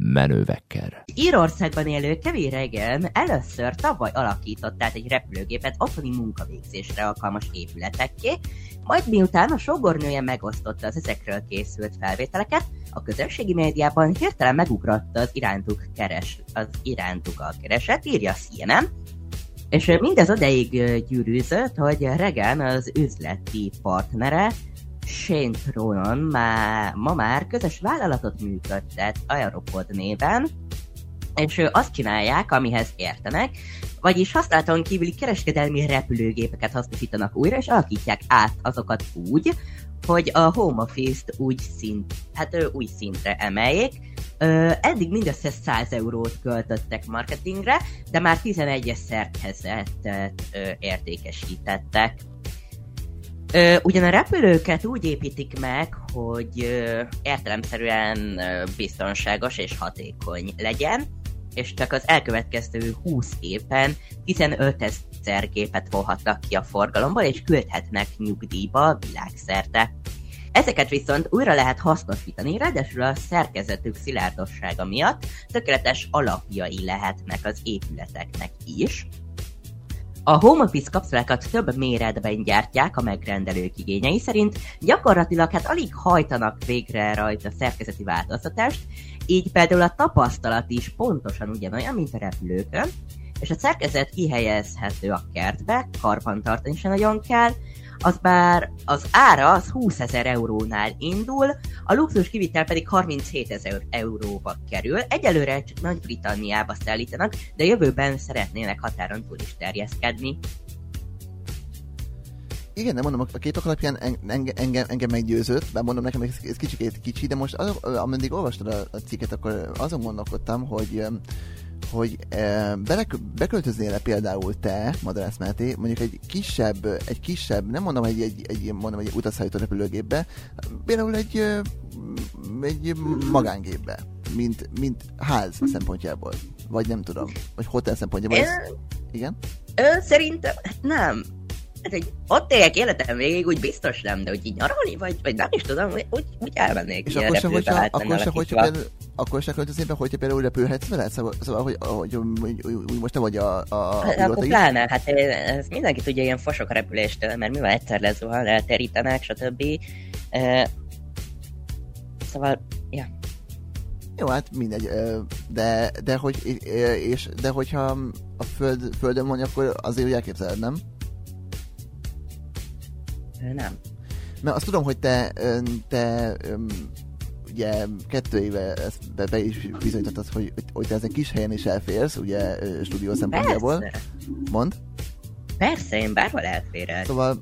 menővekkel. Írországban élő Kevin Regan először tavaly alakított át egy repülőgépet otthoni munkavégzésre alkalmas épületekké, majd miután a sógornője megosztotta az ezekről készült felvételeket, a közösségi médiában hirtelen megugratta az irántukkal keresett, írja CNN, és mindez odaig gyűrűzött, hogy Regan az üzleti partnere, Shane Tronon ma már közös vállalatot működtet Aeropod néven, és azt csinálják, amihez értenek, vagyis használaton kívüli kereskedelmi repülőgépeket hasznosítanak újra, és alakítják át azokat úgy, hogy a home office-t új szintre emeljék. Eddig mindössze 100 eurót költöttek marketingre, de már 11 szerkezetet értékesítettek. Ugyan a repülőket úgy építik meg, hogy értelemszerűen biztonságos és hatékony legyen, és csak az elkövetkező 20 évben 15 000 gépet volhatnak ki a forgalomból, és küldhetnek nyugdíjba világszerte. Ezeket viszont újra lehet hasznosítani, ráadásul a szerkezetük szilárdossága miatt tökéletes alapjai lehetnek az épületeknek is. A home office kapszulákat több méretben gyártják a megrendelők igényei szerint, gyakorlatilag alig hajtanak végre rajta szerkezeti változtatást, így például a tapasztalat is pontosan ugyanolyan, mint a repülőkön, és a szerkezet kihelyezhető a kertbe, karbantartani sem nagyon kell, az ára az 20 000 eurónál indul, a luxus kivitel pedig 37 000 euróba kerül. Egyelőre csak Nagy-Britanniába szállítanak, de jövőben szeretnének határon túl is terjeszkedni. Igen, nem mondom, a képek alapján engem meggyőzött, bár mondom nekem, ez kicsi, de most ameddig olvastad a cikket, akkor azon gondolkodtam, hogy beköltöznél például te, Madarász Máté, mondjuk egy kisebb, nem mondom egy utasszállító repülőgépbe, például egy magángépbe, mint ház szempontjából, vagy nem tudom, vagy hotel szempontjából. Igen? Szerintem nem. Ott éljek életem végig, úgy biztos nem, de hogy így nyaralni, vagy nem is tudom, úgy elmennék. És akkor se költöznél be, hogyha például repülhetsz vele? Szóval, hogy most te vagy a akkor pláne, ez mindenki tudja, ilyen fosok a repüléstől, mert mivel egyszer lezuhan, elterítenek, stb. Szóval, ja. Jó, hát mindegy, de hogyha a földön van, akkor azért úgy elképzeled, nem? Nem. Mert azt tudom, hogy te ugye 2 éve ezt be is bizonyítottad, hogy te ezen kis helyen is elférsz, ugye stúdió szempontjából. Persze. Mondd. Persze, én bárhol elférek. Szóval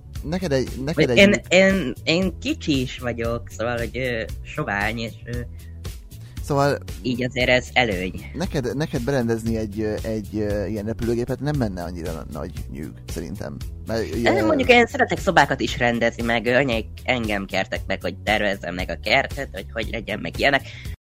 Én kicsi is vagyok, szóval, hogy sovány, és szóval így azért ez előny. Neked berendezni egy ilyen repülőgépet nem menne annyira nagy nyűg, szerintem. Mert, mondjuk én szeretek szobákat is rendezni, meg anyáik engem kértek meg, hogy tervezzem meg a kertet, hogy legyen meg ilyenek.